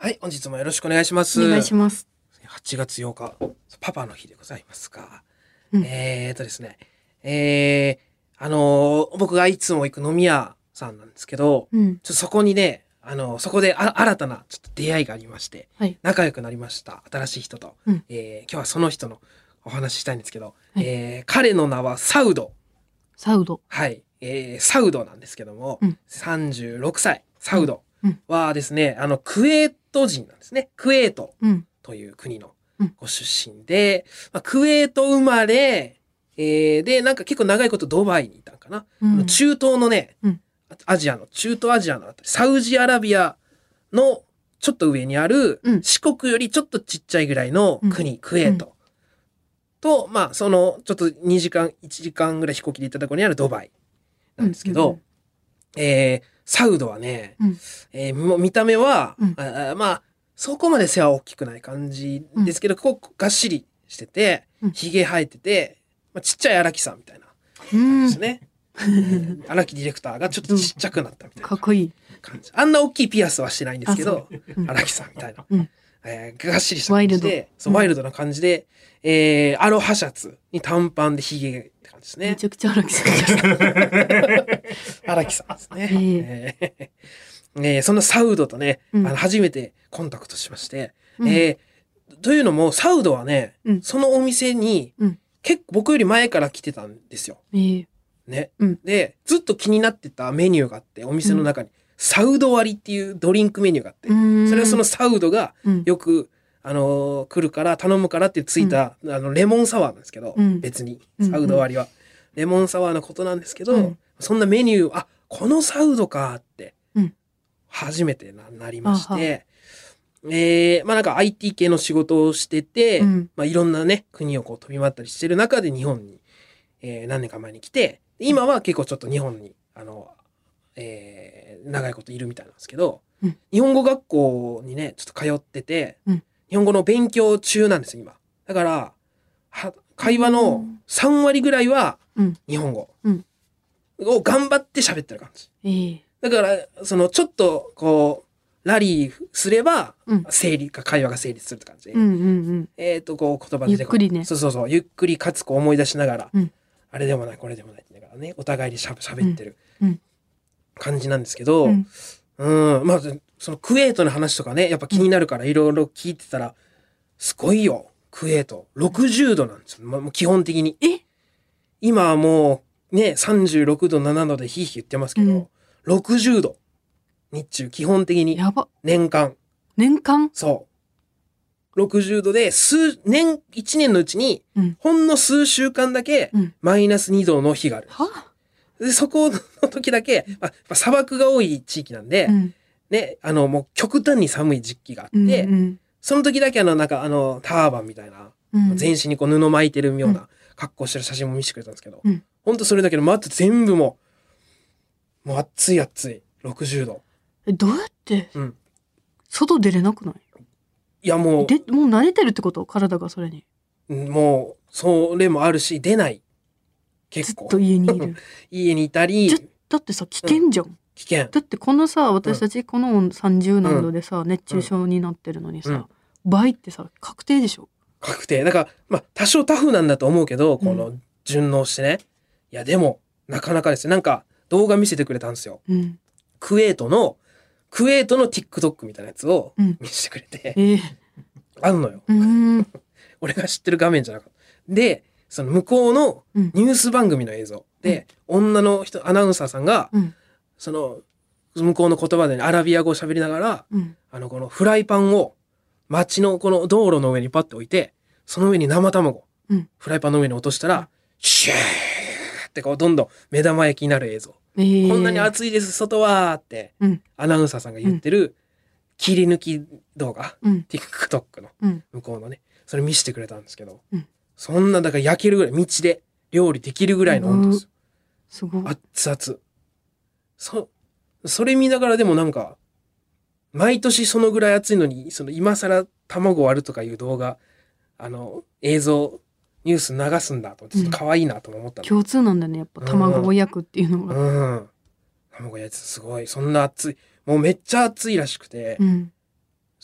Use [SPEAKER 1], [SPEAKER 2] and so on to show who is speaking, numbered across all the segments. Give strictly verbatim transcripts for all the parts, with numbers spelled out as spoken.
[SPEAKER 1] はい、本日もよろしくお願いしま
[SPEAKER 2] お
[SPEAKER 1] す。
[SPEAKER 2] 願いします。
[SPEAKER 1] はちがつようか、パパの日でございますが、
[SPEAKER 2] うん、
[SPEAKER 1] えーとですね、えー、あのー僕がいつも行く飲み屋さんなんですけど、
[SPEAKER 2] うん、
[SPEAKER 1] ちょっとそこにね、あのーそこであ新たなちょっと出会いがありまして、
[SPEAKER 2] はい、
[SPEAKER 1] 仲良くなりました。新しい人と。
[SPEAKER 2] うん、
[SPEAKER 1] えー今日はその人のお話ししたいんですけど、
[SPEAKER 2] はい、
[SPEAKER 1] えー彼の名はサウド。
[SPEAKER 2] サウド。
[SPEAKER 1] はい、えーサウドなんですけども、
[SPEAKER 2] うん、
[SPEAKER 1] さんじゅうろくさい、サウド
[SPEAKER 2] うん、
[SPEAKER 1] はですね、あの、クウェート人なんですね。クウェート
[SPEAKER 2] うん、
[SPEAKER 1] という国の
[SPEAKER 2] うん
[SPEAKER 1] ご出身で、まあ、クウェート生まれ、えーで、なんか結構長いことドバイにいたんかな。
[SPEAKER 2] うん、
[SPEAKER 1] あの中東のね、
[SPEAKER 2] うん、
[SPEAKER 1] アジアの、中東アジアのあたり、サウジアラビアのちょっと上にある、
[SPEAKER 2] うん
[SPEAKER 1] 四国よりちょっとちっちゃいぐらいの国、クウェート。
[SPEAKER 2] うん
[SPEAKER 1] と、まあ、その、ちょっとにじかん、いちじかんぐらい飛行機で行ったところにあるドバイなんですけど、
[SPEAKER 2] うんうん
[SPEAKER 1] えーサウドはね、
[SPEAKER 2] うん
[SPEAKER 1] えーもう見た目は、
[SPEAKER 2] うん
[SPEAKER 1] ああまあ、そこまで背は大きくない感じですけど、こう、がっしりしてて
[SPEAKER 2] うん、
[SPEAKER 1] ひげ生えてて、まあ、ちっちゃい荒木さんみたいな
[SPEAKER 2] うん
[SPEAKER 1] ですね。えー荒木ディレクターがちょっとちっちゃくなったみたいな
[SPEAKER 2] かっこいい。
[SPEAKER 1] 感じ。あんな大きいピアスはしてないんですけ
[SPEAKER 2] あ
[SPEAKER 1] ど
[SPEAKER 2] そううん、
[SPEAKER 1] 荒木さんみたいな。
[SPEAKER 2] うん、
[SPEAKER 1] えーがっしりした感じで、
[SPEAKER 2] ワイルド
[SPEAKER 1] そう
[SPEAKER 2] うん
[SPEAKER 1] ワイルドな感じで、えーアロハシャツに短パンでヒゲって感じですね。
[SPEAKER 2] めちゃくちゃ荒木さんじゃん。
[SPEAKER 1] 荒木さんですね。
[SPEAKER 2] え
[SPEAKER 1] えーえーそのサウドとね、
[SPEAKER 2] うん
[SPEAKER 1] あの初めてコンタクトしまして、
[SPEAKER 2] うん
[SPEAKER 1] えーというのもサウドはね、
[SPEAKER 2] うん
[SPEAKER 1] そのお店に
[SPEAKER 2] うん
[SPEAKER 1] 結構僕より前から来てたんですよ。
[SPEAKER 2] えー
[SPEAKER 1] ね。
[SPEAKER 2] うん
[SPEAKER 1] で、ずっと気になってたメニューがあって、お店の中に、サウド割りっていうドリンクメニューがあって、
[SPEAKER 2] うん
[SPEAKER 1] それはそのサウドが
[SPEAKER 2] うん
[SPEAKER 1] よく、あのー来るから頼むからってついた、あのレモンサワーなんですけど、
[SPEAKER 2] うん
[SPEAKER 1] 別に
[SPEAKER 2] うん
[SPEAKER 1] サウド割りは、レモンサワーのことなんですけど、
[SPEAKER 2] うん
[SPEAKER 1] そんなメニューあこのサウドかって
[SPEAKER 2] うん
[SPEAKER 1] 初めてななりまし
[SPEAKER 2] あは
[SPEAKER 1] て、えーまあなんか アイティー 系の仕事をしてて、
[SPEAKER 2] うん
[SPEAKER 1] まあいろんなね国をこう飛び回ったりしてる中で日本に、えー何年か前に来て、今は結構ちょっと日本にあの、えー長いこといるみたいなんですけど、
[SPEAKER 2] うん
[SPEAKER 1] 日本語学校にねちょっと通ってて、
[SPEAKER 2] うん
[SPEAKER 1] 日本語の勉強中なんですよ今。だからは会話のさんわりぐらいは
[SPEAKER 2] うん
[SPEAKER 1] 日本語
[SPEAKER 2] うん
[SPEAKER 1] を頑張って喋ってる感じ。
[SPEAKER 2] えー
[SPEAKER 1] だからそのちょっとこうラリーすれば
[SPEAKER 2] うん
[SPEAKER 1] 整理か会話が成立するって感じで、
[SPEAKER 2] うんうんうん
[SPEAKER 1] えっ、とこう言葉出て
[SPEAKER 2] ゆっくりね
[SPEAKER 1] そうそうそうゆっくりかつこう思い出しながら、
[SPEAKER 2] うん
[SPEAKER 1] あれでもないこれでもないって言いながらねお互いにしゃ喋ってる
[SPEAKER 2] うんうん
[SPEAKER 1] 感じなんですけど、
[SPEAKER 2] う
[SPEAKER 1] うんんまあそのクウェートの話とかねやっぱ気になるからいろいろ聞いてたらすごいよクウェートろくじゅうどなんですよ、まあ、もう基本的に
[SPEAKER 2] え
[SPEAKER 1] 今はもうねさんじゅうろくどななどでヒーヒー言ってますけど、
[SPEAKER 2] うん
[SPEAKER 1] ろくじゅうど日中基本的に
[SPEAKER 2] やば。
[SPEAKER 1] 年間
[SPEAKER 2] 年間
[SPEAKER 1] そうろくじゅうどで数年いちねんのうちに
[SPEAKER 2] うん
[SPEAKER 1] ほんの数週間だけ
[SPEAKER 2] うん
[SPEAKER 1] マイナスにどの日がある。
[SPEAKER 2] は
[SPEAKER 1] でそこの時だけ、まあ、まあ砂漠が多い地域なんで、
[SPEAKER 2] うん
[SPEAKER 1] ね、あのもう極端に寒い時期があって、
[SPEAKER 2] うんうん
[SPEAKER 1] その時だけあのなんかあのターバンみたいな、
[SPEAKER 2] うん
[SPEAKER 1] 全身にこう布巻いてるような格好してる写真も見せてくれたんですけど、
[SPEAKER 2] うん
[SPEAKER 1] ほんとそれだけど、まあ、あと全部もうもう暑い暑いろくじゅうど。
[SPEAKER 2] えどうやって
[SPEAKER 1] うん
[SPEAKER 2] 外出れなくない
[SPEAKER 1] いやもう
[SPEAKER 2] でもう慣れてるってこと体がそれに
[SPEAKER 1] もうそれもあるし出ない
[SPEAKER 2] ず
[SPEAKER 1] 結構
[SPEAKER 2] っと家にいる
[SPEAKER 1] 家にいたり
[SPEAKER 2] じゃだってさ危険じゃん、
[SPEAKER 1] 危険
[SPEAKER 2] だってこのさ私たちこのさんじゅう何度でさ、熱中症になってるのにさ、
[SPEAKER 1] うん
[SPEAKER 2] 倍ってさ確定でしょ。
[SPEAKER 1] 確定だからまあ多少タフなんだと思うけどこの順応してね、いやでもなかなかですねなんか動画見せてくれたんですよ。
[SPEAKER 2] うん
[SPEAKER 1] クウェートのクウェートの TikTok みたいなやつを
[SPEAKER 2] うん
[SPEAKER 1] 見せてくれて、
[SPEAKER 2] えー、
[SPEAKER 1] あるのよ
[SPEAKER 2] うーん
[SPEAKER 1] 俺が知ってる画面じゃなかったでその向こうの
[SPEAKER 2] うん
[SPEAKER 1] ニュース番組の映像で、女の人アナウンサーさんが
[SPEAKER 2] うん
[SPEAKER 1] その向こうの言葉で、ね、アラビア語を喋りながら
[SPEAKER 2] うん
[SPEAKER 1] あのこのフライパンを街のこの道路の上にパッて置いてその上に生卵、
[SPEAKER 2] うん
[SPEAKER 1] フライパンの上に落としたら、シューってこうどんどん目玉焼きになる映像、
[SPEAKER 2] えー、
[SPEAKER 1] こんなに暑いです外はって
[SPEAKER 2] うん
[SPEAKER 1] アナウンサーさんが言ってる切り抜き動画、
[SPEAKER 2] うん
[SPEAKER 1] TikTok の
[SPEAKER 2] うん
[SPEAKER 1] 向こうのねそれ見せてくれたんですけど、
[SPEAKER 2] うん
[SPEAKER 1] そんなだから焼けるぐらい道で料理できるぐらいの温度ですよ、
[SPEAKER 2] すごい
[SPEAKER 1] 熱々そそれ見ながらでもなんか毎年そのぐらい暑いのにその今更卵割るとかいう動画あの映像ニュース流すんだと思ってちょっと可愛いなとも思ったの、
[SPEAKER 2] 共通なんだねやっぱ卵を焼くっていうのが
[SPEAKER 1] うん卵焼いてすごいそんな暑いもうめっちゃ暑いらしくて、
[SPEAKER 2] うん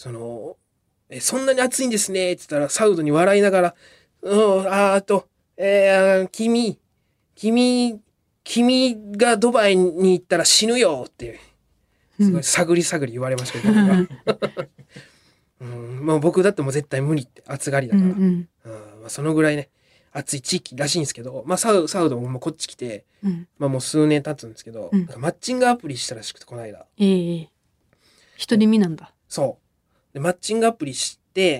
[SPEAKER 1] その、え、そんなに暑いんですねって言ったら、サウドに笑いながら、うん、ああと、えー、君、君、君がドバイに行ったら死ぬよって、すごい探り探り言われましたけど、僕がうん、もう僕だってもう絶対無理って暑がりだから、
[SPEAKER 2] うんうん
[SPEAKER 1] うんまあ、そのぐらいね、暑い地域らしいんですけど、まあサウ、サウドももうこっち来て、
[SPEAKER 2] うん
[SPEAKER 1] まあもう数年経つんですけど、
[SPEAKER 2] うん
[SPEAKER 1] なんかマッチングアプリしたらしくて、この間。
[SPEAKER 2] ええええ一人身なんだ。
[SPEAKER 1] そう。で、マッチングアプリして、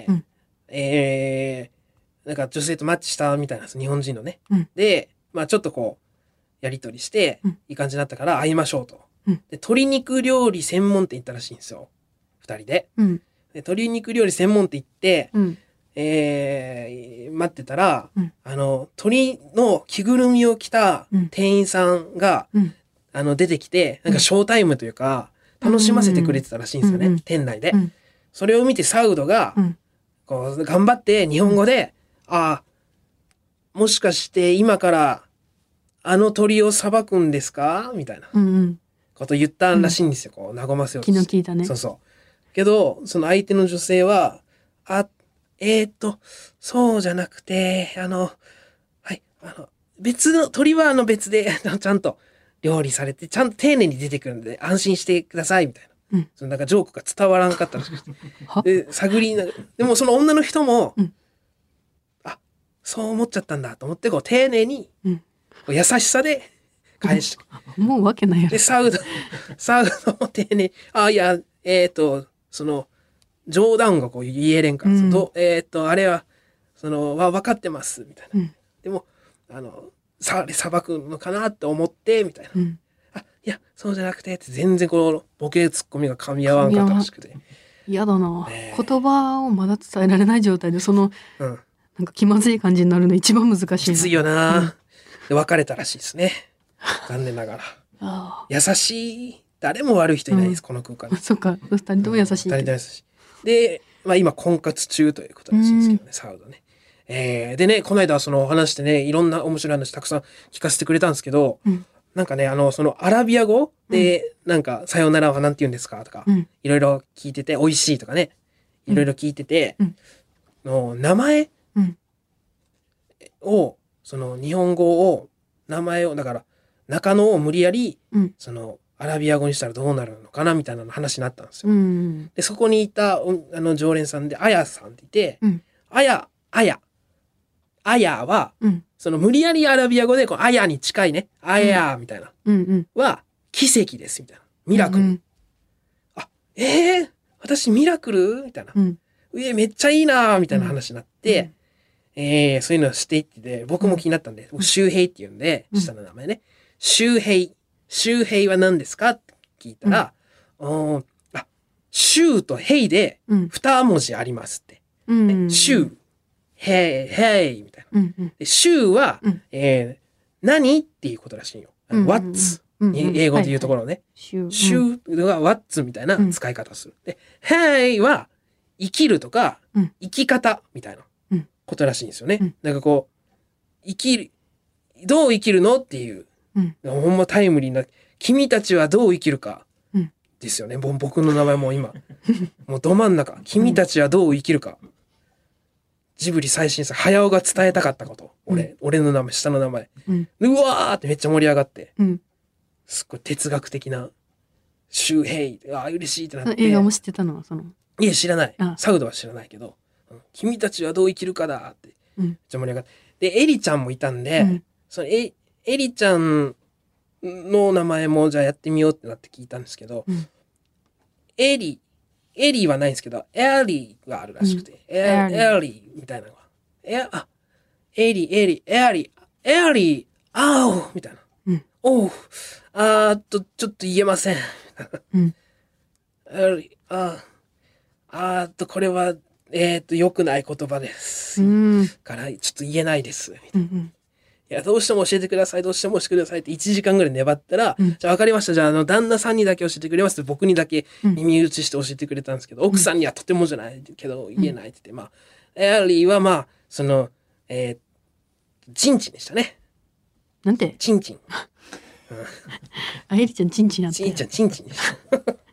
[SPEAKER 2] うん
[SPEAKER 1] えー、なんか女性とマッチしたみたいなんです、日本人のね。
[SPEAKER 2] うん
[SPEAKER 1] で、まあちょっとこう、やりとりして
[SPEAKER 2] うん、
[SPEAKER 1] いい感じになったから会いましょうと。
[SPEAKER 2] うん
[SPEAKER 1] で、鶏肉料理専門店行ったらしいんですよ。二人で。
[SPEAKER 2] うん
[SPEAKER 1] で、鶏肉料理専門店行って、
[SPEAKER 2] うん
[SPEAKER 1] えー、待ってたら、
[SPEAKER 2] うん
[SPEAKER 1] あの、鳥の着ぐるみを着た
[SPEAKER 2] うん
[SPEAKER 1] 店員さんが、
[SPEAKER 2] うん
[SPEAKER 1] あの、出てきて、なんかショータイムというか、楽しませてくれてたらしいんですよね、
[SPEAKER 2] うんうん
[SPEAKER 1] 店内で。
[SPEAKER 2] うん
[SPEAKER 1] それを見てサウドが、
[SPEAKER 2] うん
[SPEAKER 1] こう、頑張って日本語で、ああ、もしかして今から、あの鳥を裁くんですかみたいな
[SPEAKER 2] うんうん
[SPEAKER 1] ことを言ったらしいんですよ、こう、和ませようとして。
[SPEAKER 2] 気の利いたね。
[SPEAKER 1] そうそう。けど、その相手の女性は、あ、えー、っと、そうじゃなくて、あの、はい、あの、別の、鳥はあの別で、ちゃんと料理されて、ちゃんと丁寧に出てくるんで、安心してください、みたいな。
[SPEAKER 2] うん
[SPEAKER 1] そのなんかジョークが伝わらんかったらしくて。
[SPEAKER 2] は
[SPEAKER 1] で、探りな、でもその女の人も、
[SPEAKER 2] うん
[SPEAKER 1] あ、そう思っちゃったんだと思って、こう、丁寧に、
[SPEAKER 2] うん
[SPEAKER 1] こう優しさで返して、
[SPEAKER 2] 思うわけないやろ
[SPEAKER 1] で、。サウド、サウドも丁寧に、あ、いや、えっ、と、その、冗談がこう言えれんから、
[SPEAKER 2] うん
[SPEAKER 1] どえっ、と、あれは、その、は分かってます、みたいな。
[SPEAKER 2] うん
[SPEAKER 1] でも、あの、さ、あれ裁くのかなって思って、みたいな。
[SPEAKER 2] うん
[SPEAKER 1] あ、いや、そうじゃなくて、って全然このボケツッコミが噛み合わんかったらしくて。
[SPEAKER 2] 嫌だな、
[SPEAKER 1] ねえ
[SPEAKER 2] 言葉をまだ伝えられない状態でその
[SPEAKER 1] うん。
[SPEAKER 2] なんか気まずい感じになるの一番難しいな。
[SPEAKER 1] きついよな、
[SPEAKER 2] うん
[SPEAKER 1] で、別れたらしいですね。残念ながら。
[SPEAKER 2] あ
[SPEAKER 1] 優しい、誰も悪い人いないです、この空間に
[SPEAKER 2] あ。そっか二人とも優しい
[SPEAKER 1] 二人とも優しい。で、まあ今婚活中ということらしいんですけどね、サウドね。えー、でね、この間その話してね、いろんな面白い話たくさん聞かせてくれたんですけど、
[SPEAKER 2] うん
[SPEAKER 1] なんかね、あの、そのアラビア語で、なんか、さよならはなんて言うんですかとか、
[SPEAKER 2] うん
[SPEAKER 1] いろいろ聞いてて、美味しいとかね、いろいろ聞いてて、
[SPEAKER 2] うん
[SPEAKER 1] の名前
[SPEAKER 2] うん
[SPEAKER 1] を、その日本語を、名前を、だから、中野を無理やり、
[SPEAKER 2] うん
[SPEAKER 1] その、アラビア語にしたらどうなるのかなみたいなの話になったんですよ。
[SPEAKER 2] うん
[SPEAKER 1] で、そこにいた、おあの、常連さんで、あやさんっていて、
[SPEAKER 2] うん
[SPEAKER 1] あや、あや。あやは、
[SPEAKER 2] うん
[SPEAKER 1] その無理やりアラビア語で、こうあやに近いね、あやみたいな、
[SPEAKER 2] うんうん
[SPEAKER 1] は、奇跡です、みたいな。ミラクル。
[SPEAKER 2] うん
[SPEAKER 1] えー、私ミラクルみたいな。
[SPEAKER 2] うん
[SPEAKER 1] え、めっちゃいいなみたいな話になって、えー、そういうのをしていってて、僕も気になったんで、僕、周平って言うんで、
[SPEAKER 2] うん
[SPEAKER 1] 下の名前ね。周平。周平は何ですかって聞いたら、おーあ、周と平で
[SPEAKER 2] うん
[SPEAKER 1] 二文字ありますって。
[SPEAKER 2] うん
[SPEAKER 1] 周、へい、へい、みたいな。
[SPEAKER 2] うんうん
[SPEAKER 1] で、周は、
[SPEAKER 2] うん
[SPEAKER 1] えー、何っていうことらしいよ。あの
[SPEAKER 2] うん
[SPEAKER 1] What's、
[SPEAKER 2] うんうん
[SPEAKER 1] 英語で言うところね。
[SPEAKER 2] シュ
[SPEAKER 1] シューが What's みたいな使い方をする。で、Hey は生きるとか、
[SPEAKER 2] うん
[SPEAKER 1] 生き方みたいな
[SPEAKER 2] うん
[SPEAKER 1] ことらしいんですよね。
[SPEAKER 2] うん
[SPEAKER 1] なんかこう、生きる、どう生きるのっていう、
[SPEAKER 2] うん
[SPEAKER 1] ほんまタイムリーな、君たちはどう生きるか
[SPEAKER 2] うん
[SPEAKER 1] ですよね。ぼ僕の名前も今、もうど真ん中、君たちはどう生きるか。ジブリ最新作、早尾が伝えたかったこと。俺、俺の名前、下の名前。
[SPEAKER 2] うん
[SPEAKER 1] うわーってめっちゃ盛り上がって。
[SPEAKER 2] うん
[SPEAKER 1] すっごい哲学的な周平、ああ、嬉しいってなって。
[SPEAKER 2] 映画も知ってたのはその
[SPEAKER 1] いや、知らない
[SPEAKER 2] あ。
[SPEAKER 1] サウドは知らないけど、うん君たちはどう生きるかだって、
[SPEAKER 2] うん
[SPEAKER 1] めっちゃ盛り上がって。で、エリちゃんもいたんで、
[SPEAKER 2] うん
[SPEAKER 1] そのエエリちゃんの名前もじゃあやってみようってなって聞いたんですけど、
[SPEAKER 2] うん
[SPEAKER 1] エリ、エリーはないんですけど、エリーがあるらしくて、エ
[SPEAKER 2] エリー
[SPEAKER 1] エリーみたいなのが。え、あ、エリー、エリー、エリー、エリー、あおみたいな。
[SPEAKER 2] うん
[SPEAKER 1] おう、あーっと、ちょっと言えません。
[SPEAKER 2] うん
[SPEAKER 1] エリー、あー、あーっと、これは、えーっと、良くない言葉です。
[SPEAKER 2] うん
[SPEAKER 1] から、ちょっと言えないです。
[SPEAKER 2] うんうん
[SPEAKER 1] いや、どうしても教えてください、どうしても教えてくださいっていちじかんぐらい粘ったら、
[SPEAKER 2] うん
[SPEAKER 1] じゃあ分かりました。じゃあ、あの、旦那さんにだけ教えてくれますって僕にだけ
[SPEAKER 2] うん
[SPEAKER 1] 耳打ちして教えてくれたんですけど、奥さんにはとてもじゃないけど、言えないって言って、まあ、エリーはまあ、その、えー、チンチンでしたね。
[SPEAKER 2] なんて
[SPEAKER 1] チンチン。
[SPEAKER 2] あエリちゃんチンチンやって
[SPEAKER 1] チンちゃん、チンチンでした。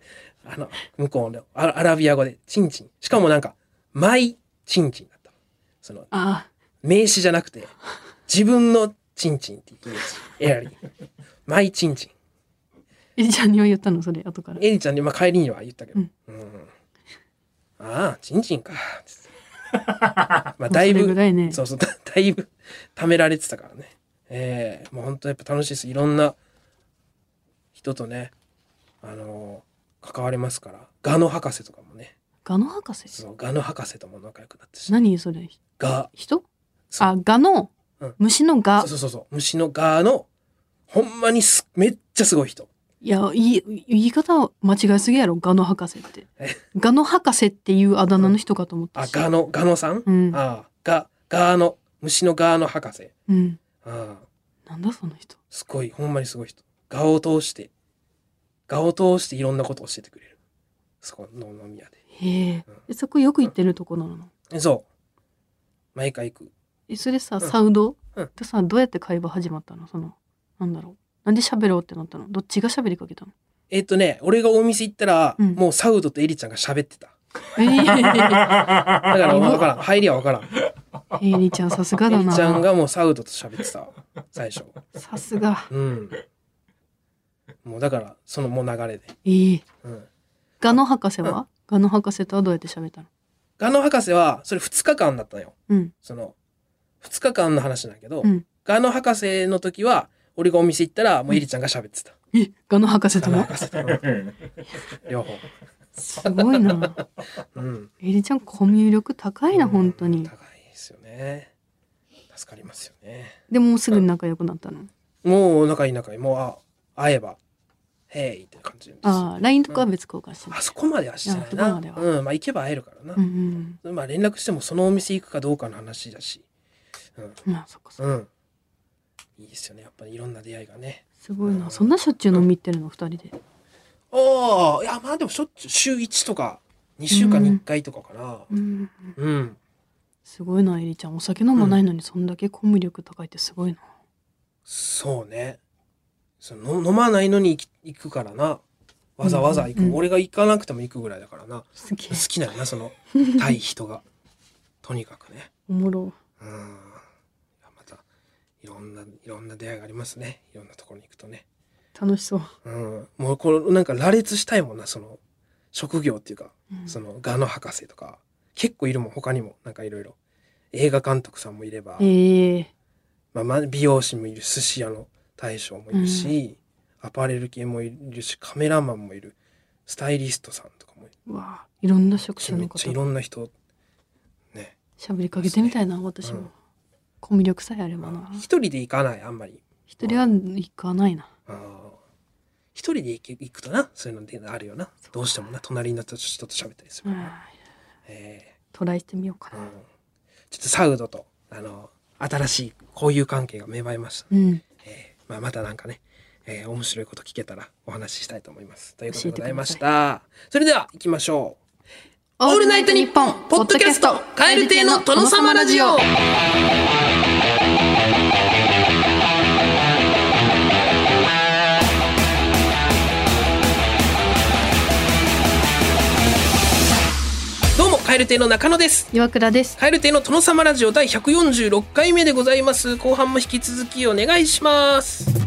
[SPEAKER 1] あの向こうのアラビア語でチンチン。しかもなんかマイチンチンだった。その
[SPEAKER 2] あ
[SPEAKER 1] 名詞じゃなくて自分のチンチンって言うやつ。エラリー。マイチンチン。
[SPEAKER 2] エリちゃんには言ったのそれ後から。
[SPEAKER 1] エリちゃんに、まあ、帰りには言ったけど。
[SPEAKER 2] う
[SPEAKER 1] うんん。ああ、チンチンか。つってまあだいぶ、
[SPEAKER 2] それぐらいね。
[SPEAKER 1] そうそうだ、だいぶ貯められてたからね。ええもう本当やっぱ楽しいです。いろんな人とね、あのー関われますから。ガノ博士とかもね。
[SPEAKER 2] ガノ博士。
[SPEAKER 1] そう、ガノ博士とも仲良くなってし。
[SPEAKER 2] 何それ。
[SPEAKER 1] ガ、
[SPEAKER 2] 人？
[SPEAKER 1] そう
[SPEAKER 2] あ、ガの、
[SPEAKER 1] うん
[SPEAKER 2] 虫のガ
[SPEAKER 1] そう。そうそうそう、虫のガの、ほんまにすめっちゃすごい人。
[SPEAKER 2] いや、いい言い方間違いすぎやろ、ガノ博士って
[SPEAKER 1] え。
[SPEAKER 2] ガノ博士っていうあだ名の人かと思った
[SPEAKER 1] あ、
[SPEAKER 2] し。
[SPEAKER 1] ガノ、ガノさん、
[SPEAKER 2] うん。
[SPEAKER 1] ああ、ガ、ガの、虫のガの博士。
[SPEAKER 2] うん。
[SPEAKER 1] ああ、
[SPEAKER 2] なんだその人。
[SPEAKER 1] すごい、ほんまにすごい人。ガを通して、ガを通していろんなことを教えてくれる。そこの飲み屋で。
[SPEAKER 2] へえ
[SPEAKER 1] うん。
[SPEAKER 2] えそこよく行ってるとこなの？
[SPEAKER 1] えそう。毎回行く。
[SPEAKER 2] え、それさ、
[SPEAKER 1] ん
[SPEAKER 2] サウド
[SPEAKER 1] うん
[SPEAKER 2] ってさ、どうやって会話始まったの？その、なんだろう。なんで喋ろうってなったの？どっちが喋りかけたの？
[SPEAKER 1] えっとね、俺がお店行ったら、
[SPEAKER 2] うん
[SPEAKER 1] もうサウドとエリちゃんが喋ってた。
[SPEAKER 2] ええ
[SPEAKER 1] だから分からん。入りは分からん。
[SPEAKER 2] エリちゃんさすが
[SPEAKER 1] エ
[SPEAKER 2] だな。
[SPEAKER 1] リちゃんがもうサウドと喋ってた。最初。
[SPEAKER 2] さすが。
[SPEAKER 1] うん。もうだから、そのもう流れで。
[SPEAKER 2] ええ
[SPEAKER 1] うん。
[SPEAKER 2] ガノ博士は、ガノ博士とはどうやって喋ったの？
[SPEAKER 1] ガノ博士は、それふつかかんだったのよ。
[SPEAKER 2] うん。
[SPEAKER 1] その、ふつかかんの話なんだけど、
[SPEAKER 2] うん。
[SPEAKER 1] ガノ博士の時は、俺がお店行ったら、もうエリちゃんが喋ってた。
[SPEAKER 2] え、ガノ博士
[SPEAKER 1] ガノ
[SPEAKER 2] とも？
[SPEAKER 1] 博士と。うん両方。
[SPEAKER 2] すごいな。
[SPEAKER 1] うん。
[SPEAKER 2] エリちゃんコミュ力高いな、本当に。
[SPEAKER 1] 高いですよね。助かりますよね。
[SPEAKER 2] でももうすぐに仲良くなったの？
[SPEAKER 1] もう仲いい仲いい。もう、あ会えば、へいって感じです。
[SPEAKER 2] ああ、ライン とかは別交換してる。
[SPEAKER 1] あそこまではしてない
[SPEAKER 2] あそこまで
[SPEAKER 1] な。
[SPEAKER 2] は
[SPEAKER 1] うん、まあ行けば会えるからな。
[SPEAKER 2] うん
[SPEAKER 1] まあ連絡してもそのお店行くかどうかの話だし。
[SPEAKER 2] うん。まあ、そっかそっか。
[SPEAKER 1] うん。うん。いいですよね。やっぱりいろんな出会いがね。
[SPEAKER 2] すごいな。そんなしょっちゅう飲み行ってるの、二人で。
[SPEAKER 1] ああ、いや、まあでもしょっちゅう、週いちとか、にしゅうかんにいっかいとかかな。
[SPEAKER 2] うん。
[SPEAKER 1] うん。
[SPEAKER 2] すごいな、エリちゃん。お酒飲まないのにそんだけコミュ力高いってすごいな。
[SPEAKER 1] そうね。その飲まないのに行き行くからな。わざわざ行く、
[SPEAKER 2] うんうん
[SPEAKER 1] 俺が行かなくても行くぐらいだからな。
[SPEAKER 2] すげえ
[SPEAKER 1] 好。きなんやな、その、対人が。とにかくね。
[SPEAKER 2] おもろ。
[SPEAKER 1] うん。いやまた、いろんな、いろんな出会いがありますね。いろんなところに行くとね。
[SPEAKER 2] 楽しそう。
[SPEAKER 1] うん。もうこれ、なんか羅列したいもんな、その、職業っていうか、
[SPEAKER 2] うん
[SPEAKER 1] その、ガの博士とか。結構いるもん、他にも。なんかいろいろ。映画監督さんもいれば、
[SPEAKER 2] ええ
[SPEAKER 1] まあ、まあ美容師もいる、寿司屋の大将もいるし、アパレル系もいるし、カメラマンもいる、スタイリストさんとかもいる。
[SPEAKER 2] うわあ、いろんな職種の方
[SPEAKER 1] めっちゃいろんな人、ね。
[SPEAKER 2] 喋りかけてみたいな、私も。
[SPEAKER 1] うん
[SPEAKER 2] コミュ力さえあればな。
[SPEAKER 1] 一人で行かない、あんまり。
[SPEAKER 2] 一人は行かないな。
[SPEAKER 1] あー一人で行く行くとな、そういうのであるよな。どうしてもな、隣になった人と喋ったりする。
[SPEAKER 2] うん。
[SPEAKER 1] え
[SPEAKER 2] トライしてみようかな。
[SPEAKER 1] ーうん、ちょっとサウドと、あの、新しい交友関係が芽生えました。
[SPEAKER 2] うん。
[SPEAKER 1] えーまあ、またなんかね、えー面白いこと聞けたらお話ししたいと思います。ということで
[SPEAKER 2] 教えてください
[SPEAKER 1] ございました。それでは行きましょう。
[SPEAKER 2] オ
[SPEAKER 1] オールナイトニッポンポッドキャストカエル亭の殿様ラジオ。どうもカエル亭の中野です。
[SPEAKER 2] 岩倉です。
[SPEAKER 1] カエル亭の殿様ラジオ第ひゃくよんじゅうろっかいめでございます。後半も引き続きお願いします。
[SPEAKER 3] オー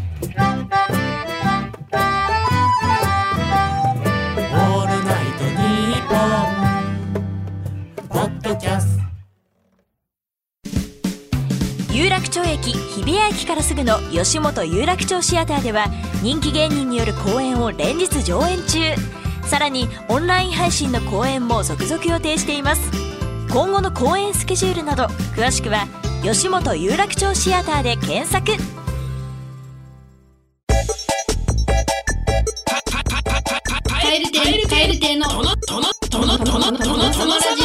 [SPEAKER 3] ルナイトニッポンポッドキャスト。
[SPEAKER 4] 有楽町駅日比谷駅からすぐの吉本有楽町シアターでは人気芸人による公演を連日上演中。さらにオンライン配信の公演も続々予定しています。今後の公演スケジュールなど詳しくは吉本有楽町シアターで検索。
[SPEAKER 2] カエル亭カエル亭のトノトノトノトノトノトノラジ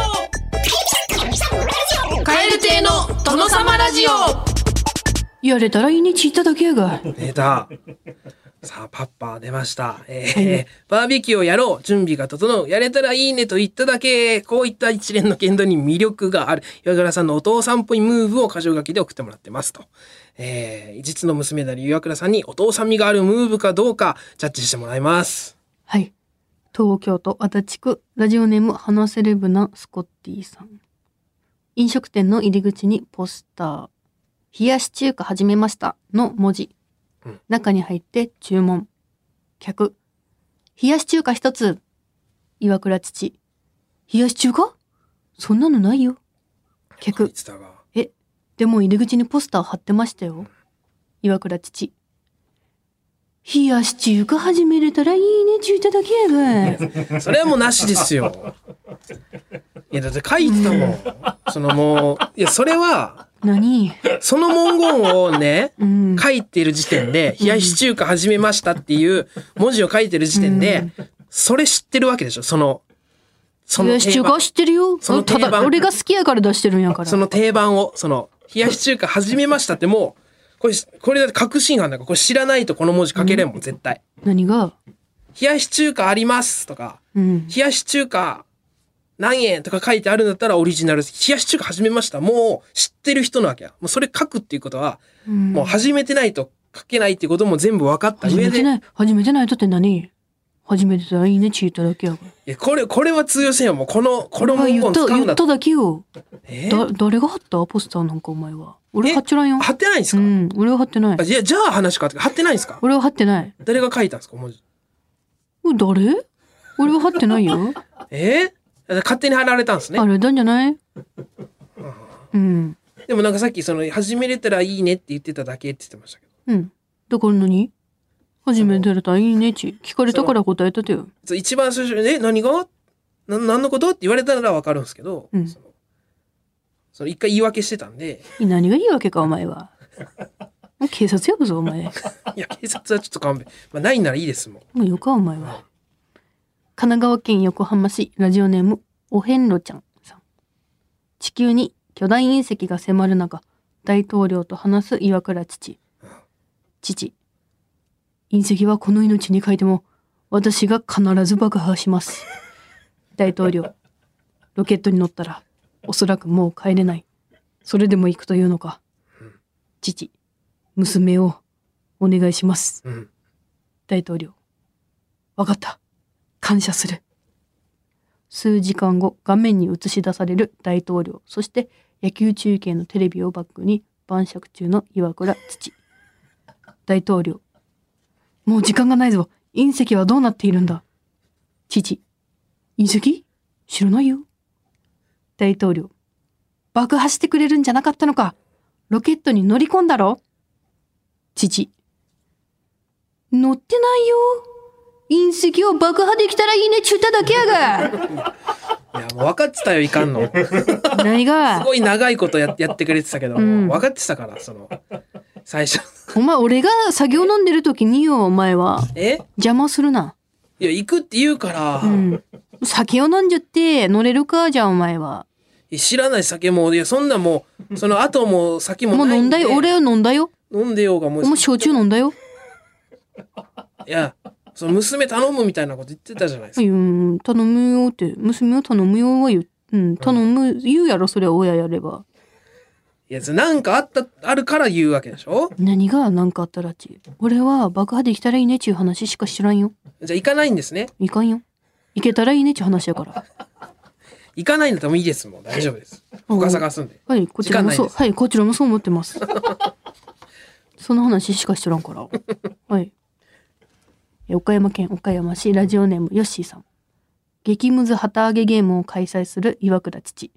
[SPEAKER 2] オ。カエル亭の殿様ラジオ。やれたらいいにちいただけやが。
[SPEAKER 1] 出た。さあ、パッパー出ました。えー、バーベキューをやろう。準備が整う。やれたらいいねと言っただけ。こういった一連の言動に魅力がある。岩倉さんのお父さんっぽいムーブを箇条書きで送ってもらってますと。えー、実の娘である岩倉さんにお父さん味があるムーブかどうかジャッジしてもらいます。
[SPEAKER 2] はい。
[SPEAKER 5] 東京都足立区ラジオネーム花セレブなスコッティさん。飲食店の入り口にポスター冷やし中華始めましたの文字、
[SPEAKER 1] うん、
[SPEAKER 5] 中に入って注文。客冷やし中華一つ。岩倉父冷やし中華そんなのないよ。客えでも入り口にポスター貼ってましたよ。岩倉父冷やし中華始めれたらいいねちゅうただけやが。
[SPEAKER 1] それはもうなしですよ。いやだって書いてたもん。そのもういやそれは
[SPEAKER 5] 何
[SPEAKER 1] その文言をね、
[SPEAKER 5] うん、
[SPEAKER 1] 書いている時点で冷やし中華始めましたっていう文字を書いてる時点で、うん、それ知ってるわけでしょ。そのその
[SPEAKER 5] 冷やし中華知ってるよ。
[SPEAKER 1] その定番
[SPEAKER 5] ただ俺が好きやから出してるんやから。
[SPEAKER 1] その定番をその冷やし中華始めましたってもうこれこれだって確信犯だからこれ知らないとこの文字書けれんもん、うん、絶対。
[SPEAKER 5] 何が
[SPEAKER 1] 冷やし中華ありますとか、
[SPEAKER 5] うん、
[SPEAKER 1] 冷やし中華何円とか書いてあるんだったらオリジナルです。冷やし中華始めました。もう知ってる人なわけや。もうそれ書くっていうことは、うん、もう始めてないと書けないっていうことも全部分かった上で。
[SPEAKER 5] 始めてない始めてないとって何？初めてたらいいねチートだけやが。い
[SPEAKER 1] やこれこれは通用せんよ。もうこのこの文言使うんだ。
[SPEAKER 5] 言っただけよ。
[SPEAKER 1] え
[SPEAKER 5] だ誰が貼ったポスターなんかお前は。俺貼っちゃらんよ。
[SPEAKER 1] 貼ってないんですか？
[SPEAKER 5] うん、俺は貼ってない。
[SPEAKER 1] いやじゃあ話変わって貼ってないんですか？
[SPEAKER 5] 俺は貼ってない。
[SPEAKER 1] 誰が書いたんですか文字？
[SPEAKER 5] 誰？俺は貼ってないよ。
[SPEAKER 1] えー、勝手に貼られたんですね。
[SPEAKER 5] あれなんじゃない？うん。
[SPEAKER 1] でもなんかさっきその始めれたらいいねって言ってただけって言ってましたけど。
[SPEAKER 5] うん。だから何？初めてれたらいいねち聞かれたから答えたてよ。
[SPEAKER 1] 一番最初に、え、何がな何のことって言われたらわかるんですけど、
[SPEAKER 5] うん、
[SPEAKER 1] そのその一回言い訳してたんで。
[SPEAKER 5] 何が言い訳かお前は。もう警察呼ぶぞお前。い
[SPEAKER 1] や警察はちょっと勘弁。まあないならいいですもん。
[SPEAKER 5] もうよかお前は。神奈川県横浜市ラジオネームおへんろちゃんさん。地球に巨大隕石が迫る中、大統領と話す岩倉父。父。隕石はこの命に書いても私が必ず爆破します。大統領、ロケットに乗ったらおそらくもう帰れない。それでも行くというのか。父、娘をお願いします。
[SPEAKER 1] うん、
[SPEAKER 5] 大統領、わかった。感謝する。数時間後、画面に映し出される大統領、そして野球中継のテレビをバックに晩酌中の岩倉父。大統領、もう時間がないぞ。隕石はどうなっているんだ。父、隕石？知らないよ。大統領、爆破してくれるんじゃなかったのか。ロケットに乗り込んだろ。父、乗ってないよ。隕石を爆破できたらいいねちゅっただけやが。
[SPEAKER 1] いやもう分かってたよいかんの。
[SPEAKER 5] 何が？
[SPEAKER 1] すごい長いこと や, やってくれてたけど、うん、分かってたからその最初。
[SPEAKER 5] お前俺が酒を飲んでる時によお前は。
[SPEAKER 1] え？
[SPEAKER 5] 邪魔するな。
[SPEAKER 1] いや行くって言うから。
[SPEAKER 5] うん。酒を飲んじゃって乗れるかじゃあお前は。
[SPEAKER 1] 知らない酒もいやそんなもうその後も酒もないんで。
[SPEAKER 5] もう飲んだよ俺は飲んだよ。
[SPEAKER 1] 飲んでようがもう。
[SPEAKER 5] もう焼酎飲んだよ。
[SPEAKER 1] いや。その娘頼むみたいなこと言ってたじゃないですか。
[SPEAKER 5] うん、頼むよって娘を頼むよは言う、うん、頼む、うん、言うやろそれは親やれば。
[SPEAKER 1] いやなんかあったあるから言うわけでしょ。
[SPEAKER 5] 何がなんかあったらち。俺は爆破できたらいいねっちゅう話しか知らんよ。
[SPEAKER 1] じゃあ行かないんですね。
[SPEAKER 5] 行かんよ。行けたらいいねっちゅう話やから。
[SPEAKER 1] 行かないんだったらもういいですもん大丈夫です。他探すんで。
[SPEAKER 5] はいこちらもそうはいこちらもそう思ってます。その話しか知らんから。はい。岡山県岡山市ラジオネームヨッシーさん。激ムズ旗揚げゲームを開催する岩倉父。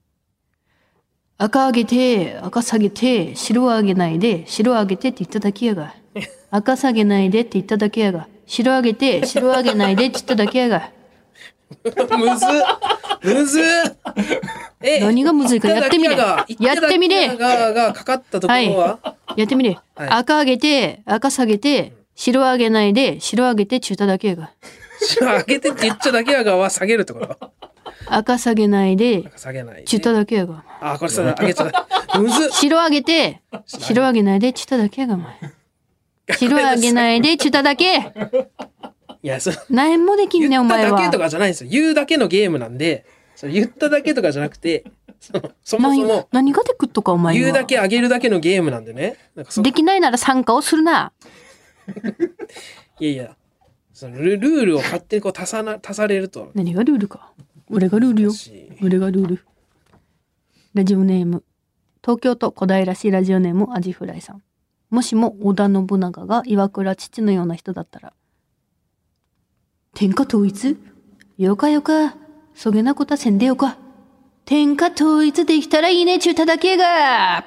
[SPEAKER 5] 赤揚げて赤下げて白揚げないで白揚げてって言っただけやが。赤下げないでって言っただけやが。白揚げて白揚げないでって言っただけやが。
[SPEAKER 1] むずむず
[SPEAKER 5] え何がむずいかやってみれ。やってみれ。
[SPEAKER 1] ががかかったところは、
[SPEAKER 5] はい、やってみれ。はい、赤揚げて赤下げて白揚げないで白揚げてちゅうただけやが。
[SPEAKER 1] 白揚げてって言っちゃだけやがは下げるってこと。
[SPEAKER 5] 赤下げないでちゅうただけやが。
[SPEAKER 1] あこれさ揚げちゃったむず。
[SPEAKER 5] 白揚げて白揚げないでちゅうただけやが。白揚げないでちゅうただけ。
[SPEAKER 1] いやそ
[SPEAKER 5] 何円もできんねお前は。
[SPEAKER 1] 言っただけとかじゃないんですよ。言うだけのゲームなんでそれ言っただけとかじゃなくてそのそもそも
[SPEAKER 5] 何がでくっとかお前は。
[SPEAKER 1] 言うだけあげるだけのゲームなんでね。なんか
[SPEAKER 5] できないなら参加をするな。
[SPEAKER 1] いやいやそのルルールを勝手にこう足さな足されると
[SPEAKER 5] 何がルールか。俺がルールよ。
[SPEAKER 1] 難しい。
[SPEAKER 5] 俺がルール。ラジオネーム。東京都小平市ラジオネームアジフライさん。もしも織田信長が岩倉父のような人だったら。天下統一よかよか。そげなことはせんでよか。天下統一できたらいいねちゅうただけが。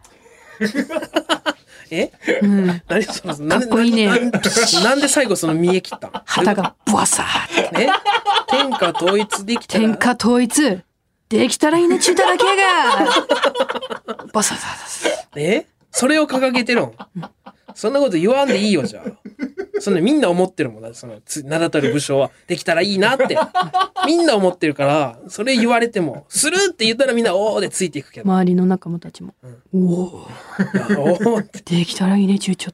[SPEAKER 1] え、
[SPEAKER 5] うん。
[SPEAKER 1] 何その
[SPEAKER 5] かっこいいね
[SPEAKER 1] ななんなんで最後その見え切ったん
[SPEAKER 5] 旗がブワサーって。
[SPEAKER 1] え天下統一できたら
[SPEAKER 5] 天下統一できたらいいねちゅうただけが。バササササ。
[SPEAKER 1] えそれを掲げてるんそんなこと言わんでいいよじゃあ。そんなみんな思ってるもんな。そのつ名だたる武将はできたらいいなってみんな思ってるから、それ言われてもするって言ったらみんなおーでついていくけど、
[SPEAKER 5] 周りの仲間たちも。おお。
[SPEAKER 1] いやおーって
[SPEAKER 5] できたらいいねちゅうちょった。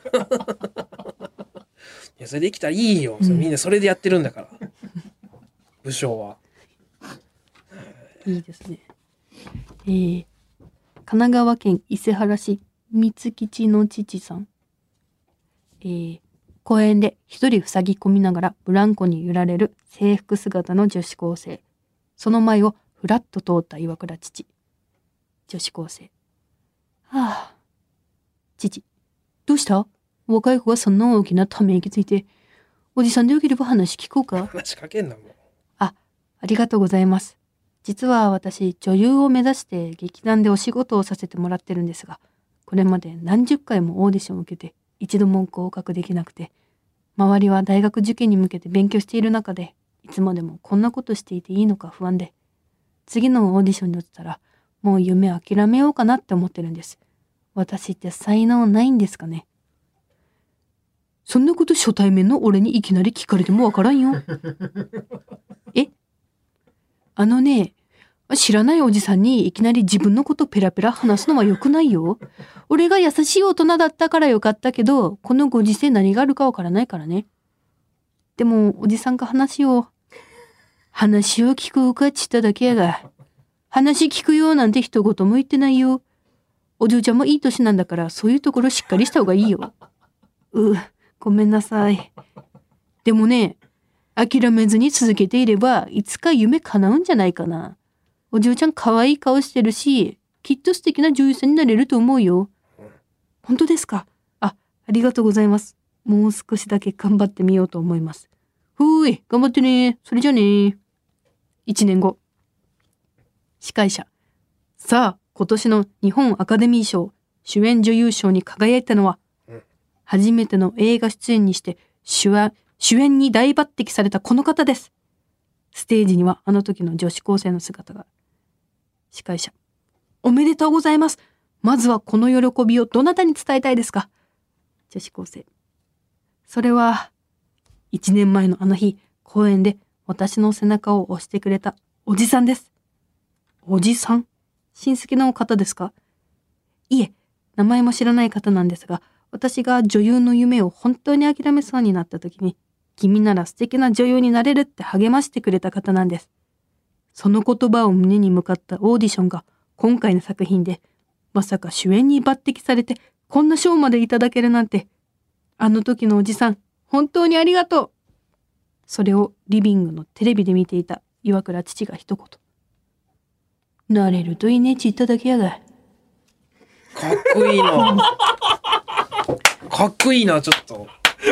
[SPEAKER 1] いやそれできたらいいよ、それみんなそれでやってるんだから武将は。
[SPEAKER 5] いいですね。えー、神奈川県伊勢原市三吉の父さん。えー、公園で一人塞ぎ込みながらブランコに揺られる制服姿の女子高生。その前をふらっと通った岩倉父。女子高生。はあ。父、どうした？若い子がそんな大きなため息ついて。おじさんでよければ話聞こうか？
[SPEAKER 1] 話しかけんなもう。
[SPEAKER 5] あ、ありがとうございます。実は私、女優を目指して劇団でお仕事をさせてもらってるんですが、これまで何十回もオーディションを受けて、一度も合格できなくて、周りは大学受験に向けて勉強している中で、いつまでもこんなことしていていいのか不安で、次のオーディションに落ちたら、もう夢諦めようかなって思ってるんです。私って才能ないんですかね？そんなこと初対面の俺にいきなり聞かれてもわからんよ。え？あのね、知らないおじさんにいきなり自分のことペラペラ話すのは良くないよ。俺が優しい大人だったからよかったけど、このご時世何があるかわからないからね。でも、おじさんが話を、話を聞こうかっちっただけやが、話聞くよなんて一言も言ってないよ。お嬢ちゃんもいい年なんだから、そういうところしっかりした方がいいよ。う、ごめんなさい。でもね、諦めずに続けていれば、いつか夢叶うんじゃないかな。お嬢ちゃん可愛い顔してるし、きっと素敵な女優さんになれると思うよ。本当ですか？あ、ありがとうございます。もう少しだけ頑張ってみようと思います。ふーい、頑張ってね。それじゃね。一年後。司会者。さあ、今年の日本アカデミー賞主演女優賞に輝いたのは、初めての映画出演にして主演、主演に大抜擢されたこの方です。ステージにはあの時の女子高生の姿が。司会者。おめでとうございます。まずはこの喜びをどなたに伝えたいですか？女子高生。それは、一年前のあの日、公園で私の背中を押してくれたおじさんです。おじさん？親戚の方ですか？いえ、名前も知らない方なんですが、私が女優の夢を本当に諦めそうになった時に、君なら素敵な女優になれるって励ましてくれた方なんです。その言葉を胸に向かったオーディションが今回の作品で、まさか主演に抜擢されてこんな賞までいただけるなんて、あの時のおじさん、本当にありがとう。それをリビングのテレビで見ていた岩倉父が一言。なれるといいねち言っただけやが。
[SPEAKER 1] かっこいいなかっこいいなちょっと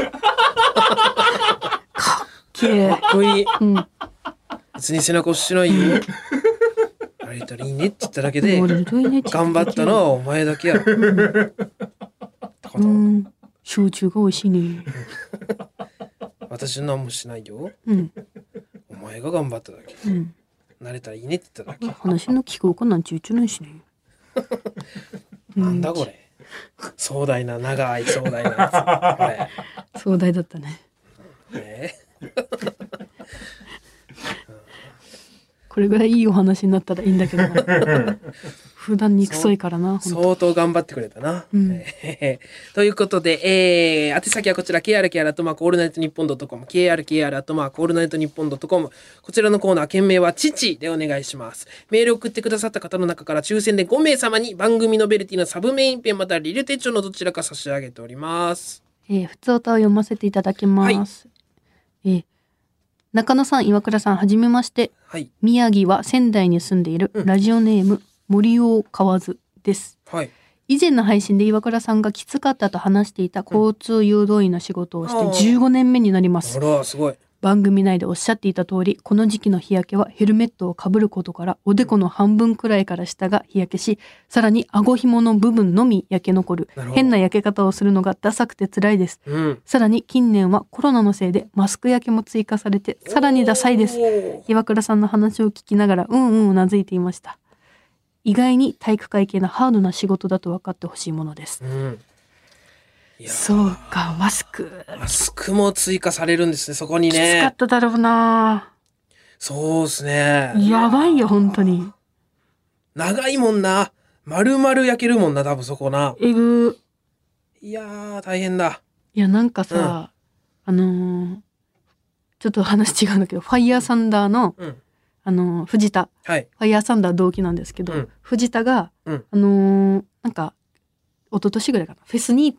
[SPEAKER 5] かっけえ。
[SPEAKER 1] かっこいい。
[SPEAKER 5] うん。
[SPEAKER 1] 別に背中押してないよ。あれたらいいねって言っただけで
[SPEAKER 5] なれるといいねち言
[SPEAKER 1] 頑張ったのはお前だけや。ってこと
[SPEAKER 5] うん。焼酎が美味しいね。
[SPEAKER 1] 私何もしないよ。
[SPEAKER 5] うん。
[SPEAKER 1] お前が頑張っただけ。
[SPEAKER 5] うん。
[SPEAKER 1] 慣れたらいいねって言っただけ。
[SPEAKER 5] 話の聞こうかなんちゅうちゅないしね。
[SPEAKER 1] なんだこれ。壮大な長い壮大なやつ。これ。
[SPEAKER 5] 壮大だったね。
[SPEAKER 1] ね
[SPEAKER 5] これぐらいいいお話になったらいいんだけどな。普段憎そいからな。ほんと
[SPEAKER 1] 相当頑張ってくれたな。
[SPEAKER 5] うん
[SPEAKER 1] えーということで、えー、宛先はこちら ケーアールケーアール アットマークオールナイトニッポンドットコム ケーアールケーアール アットマークオールナイトニッポンドットコム、こちらのコーナー件名は父でお願いします。メールを送ってくださった方の中から抽選でごめいさまに番組ノベルティのサブメインペンまたはリレ手帳のどちらか差し上げております。
[SPEAKER 5] えー、普通歌を読ませていただきます。えー中野さん、岩倉さん、はじめまして。
[SPEAKER 1] はい。
[SPEAKER 5] 宮城は仙台に住んでいるラジオネーム、森尾河津です。
[SPEAKER 1] はい。
[SPEAKER 5] 以前の配信で岩倉さんがきつかったと話していた交通誘導員の仕事をしてじゅうごねんめになります。
[SPEAKER 1] あら、すごい。
[SPEAKER 5] 番組内でおっしゃっていた通り、この時期の日焼けはヘルメットをかぶることからおでこの半分くらいから下が日焼けし、さらに顎紐の部分のみ焼け残る変な焼け方をするのがダサくて辛いです、うん、さらに近年はコロナのせいでマスク焼けも追加されてさらにダサいです。岩倉さんの話を聞きながらうんうんうなずいていました。意外に体育会系のハードな仕事だと分かってほしいものです、うん、そうか、マスク
[SPEAKER 1] マスクも追加されるんですね、そこにね。
[SPEAKER 5] きつかっただろうな。
[SPEAKER 1] そうですね。
[SPEAKER 5] やばいよ本当に。
[SPEAKER 1] 長いもんな。丸々焼けるもんな、多分そこな。
[SPEAKER 5] えぐ。
[SPEAKER 1] いやー大変だ。
[SPEAKER 5] いやなんかさ、うん、あのー、ちょっと話違うんだけど、ファイヤーサンダーの、うん、あのー、藤田、はい、ファイヤーサンダー同期なんですけど、うん、藤田が、うん、あのー、なんか一昨年ぐらいかな、フェスに行って、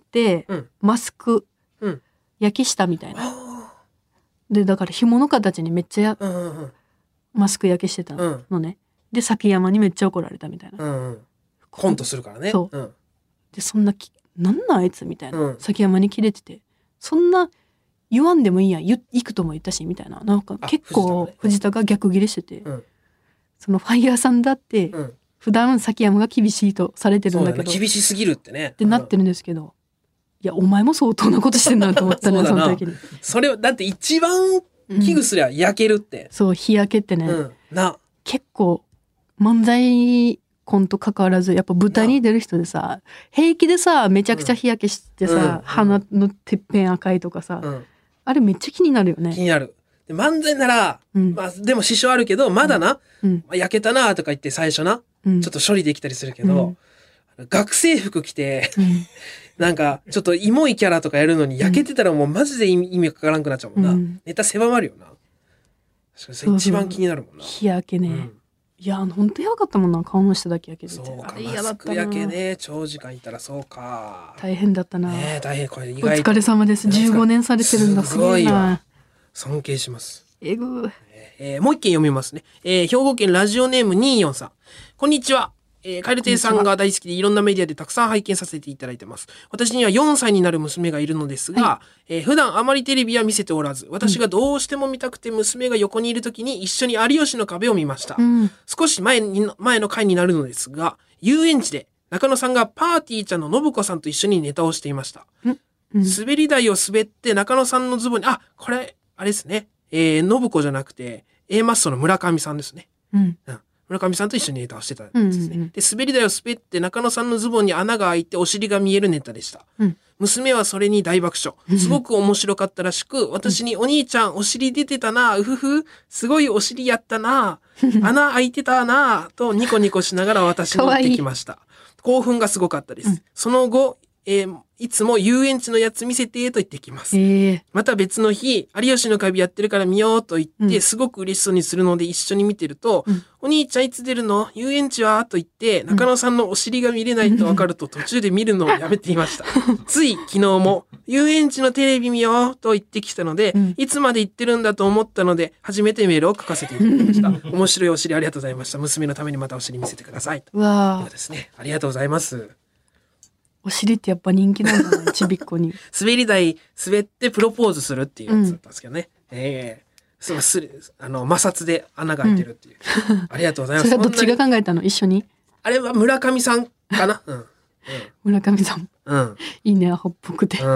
[SPEAKER 5] うん、マスク焼きしたみたいな、うん、でだから紐の形にめっちゃ、うんうん、マスク焼けしてたのね、うん、で崎山にめっちゃ怒られたみたいな、うんうん、
[SPEAKER 1] コントするからね。
[SPEAKER 5] そう、うん、でそんなきなんなんあいつみたいな、うん、崎山にキレてて、そんな言わんでもいいや、行くとも言ったしみたいな、なんか結構藤田が逆ギレしてて、うん、そのファイヤーさんだって、うん、普段崎山が厳しいとされてるんだけど、
[SPEAKER 1] 厳しすぎるってね
[SPEAKER 5] ってなってるんですけど、うん、いやお前も相当なことしてんなと思ったねその時に。
[SPEAKER 1] それだって一番危惧すりゃ焼けるって、うん、
[SPEAKER 5] そう日焼けってね、
[SPEAKER 1] うん、な
[SPEAKER 5] 結構漫才コント関わらずやっぱ舞台に出る人でさ、平気でさめちゃくちゃ日焼けしてさ、うん、鼻のてっぺん赤いとかさ、うん、あれめっちゃ気になるよね。
[SPEAKER 1] 気になる。で漫才なら、うん、まあ、でも支障あるけどまだな、うんまあ、焼けたなとか言って最初な、うん、ちょっと処理できたりするけど、うん、学生服着て、うん、なんかちょっとイモいキャラとかやるのに焼けてたらもうマジで意味わからんくなっちゃうもんな、うん、ネタ狭まるよな。それ一番気になるもんな、
[SPEAKER 5] 日焼けね、うん、いやほんとやばかったもんな、顔の下だけ焼けてて。
[SPEAKER 1] そうか、マスク焼けね、長時間いたらそうか、
[SPEAKER 5] 大変だったな、
[SPEAKER 1] ね、大変。これ意外と
[SPEAKER 5] お疲れ様です。じゅうごねんされてるんだ、すごいな、
[SPEAKER 1] 尊敬します。
[SPEAKER 5] えぐー、
[SPEAKER 1] えー、もう一件読みますね、えー、兵庫県ラジオネームにーよんさん、こんにちは。えー、カエル亭さんが大好きでいろんなメディアでたくさん拝見させていただいてます。私にはよんさいになる娘がいるのですが、はい、えー、普段あまりテレビは見せておらず、私がどうしても見たくて娘が横にいる時に一緒に有吉の壁を見ました、うん、少し前に前の回になるのですが、遊園地で中野さんがパーティーちゃんの信子さんと一緒にネタをしていました、うんうん、滑り台を滑って中野さんのズボンに、あ、これあれですね、えー、信子じゃなくて A マッソの村上さんですね、うんうん、村上さんと一緒にネタをしてたんですね、うんうんうん、で滑り台を滑って中野さんのズボンに穴が開いてお尻が見えるネタでした、うん、娘はそれに大爆笑。すごく面白かったらしく、私にお兄ちゃんお尻出てたな、うふふ、すごいお尻やったな、穴開いてたなとニコニコしながら私に言ってきました。興奮がすごかったです、うん、その後、えー、いつも遊園地のやつ見せてと言ってきます、えー、また別の日有吉の壁やってるから見ようと言って、うん、すごく嬉しそうにするので一緒に見てると、うん、お兄ちゃんいつ出るの、遊園地はと言って中野さんのお尻が見れないと分かると途中で見るのをやめていましたつい昨日も遊園地のテレビ見ようと言ってきたので、うん、いつまで言ってるんだと思ったので初めてメールを書かせていただきました面白いお尻ありがとうございました。娘のためにまたお尻見せてください。
[SPEAKER 5] うわー、
[SPEAKER 1] そうですね、ありがとうございます。
[SPEAKER 5] お尻ってやっぱ人気なんだね、ちびっこに。
[SPEAKER 1] 滑り台滑ってプロポーズするっていうやつだったんですけどね。うん、ええー、そのすあの摩擦で穴が開いてるっていう。うん、ありがとうございます。
[SPEAKER 5] それはどっちが考えたの？一緒に？
[SPEAKER 1] あれは村上さんかな。うん。うん、
[SPEAKER 5] 村上さん。うん。いいね、アホっぽくて。うん、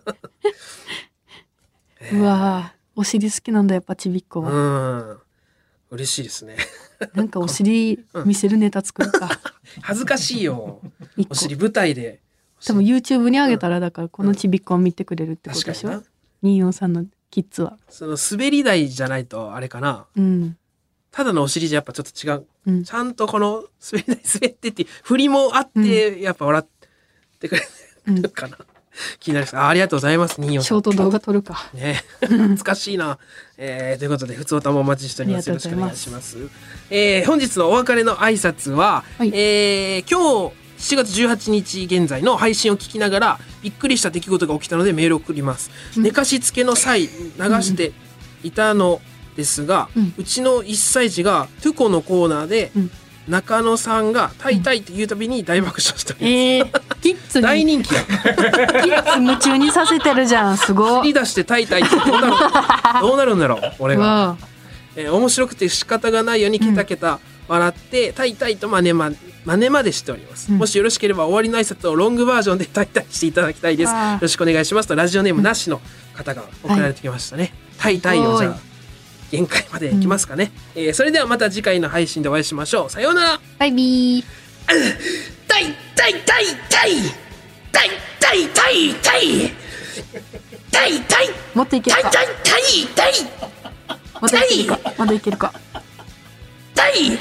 [SPEAKER 5] うわー、お尻好きなんだやっぱちびっこは。
[SPEAKER 1] うん。嬉しいですね。
[SPEAKER 5] なんかお尻見せるネタ作るか。
[SPEAKER 1] うん、恥ずかしいよ。お尻舞台で。
[SPEAKER 5] 多分 YouTube に上げたらだからこのちびっこを見てくれるってことでしょ。うん、にーよんさんのキッズは。
[SPEAKER 1] その滑り台じゃないとあれかな。うん。ただのお尻じゃやっぱちょっと違う。うん、ちゃんとこの滑り台滑ってって振りもあってやっぱ笑ってくれるかな。うん、気になります。あ、ありがとうございます。にーよんさん。
[SPEAKER 5] ショート動画撮るか。
[SPEAKER 1] ね、懐かしいな。えー、ということで、ふつおたもお待ちしております。よろしくお願いします。えー、本日のお別れの挨拶は、はい、えー、今日、 しちがつじゅうはちにち現在の配信を聞きながらびっくりした出来事が起きたのでメールを送ります、うん、寝かしつけの際流していたのですが、うん、うちのいっさい児がトゥコのコーナーで、うん、中野さんがタイタイって言うたびに大爆笑しております、
[SPEAKER 5] えー、キッズに
[SPEAKER 1] 大人気や
[SPEAKER 5] キッズ夢中にさせてるじゃん。すごい。
[SPEAKER 1] 走り出してタイタイってどうなるどうなるんだろう俺が、えー、面白くて仕方がないようにケタケタ笑って、うん、タイタイと真似ま真似までしております、うん、もしよろしければ終わりの挨拶をロングバージョンでタイタイしていただきたいです。よろしくお願いしますとラジオネームなしの方が送られてきましたね、はい、タイタイをじゃあ限界までいきますかね、うん、えー、それではまた次回の配信でお会いしましょう。さようなら。
[SPEAKER 5] バイビー。
[SPEAKER 2] タイタイタイタイタイタイタイタイタイタイ
[SPEAKER 5] もっといけるか。
[SPEAKER 2] タイタイタイ
[SPEAKER 5] まだいけるか。まだいけるか。
[SPEAKER 2] タイ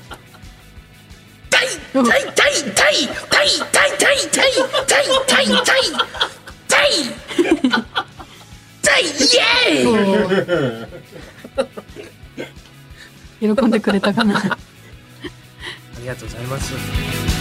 [SPEAKER 2] タイタイタイタイタイタイタイタイタイタイタイタイタイタイイエー
[SPEAKER 5] イ。喜んでくれたかな。
[SPEAKER 1] ありがとうございます。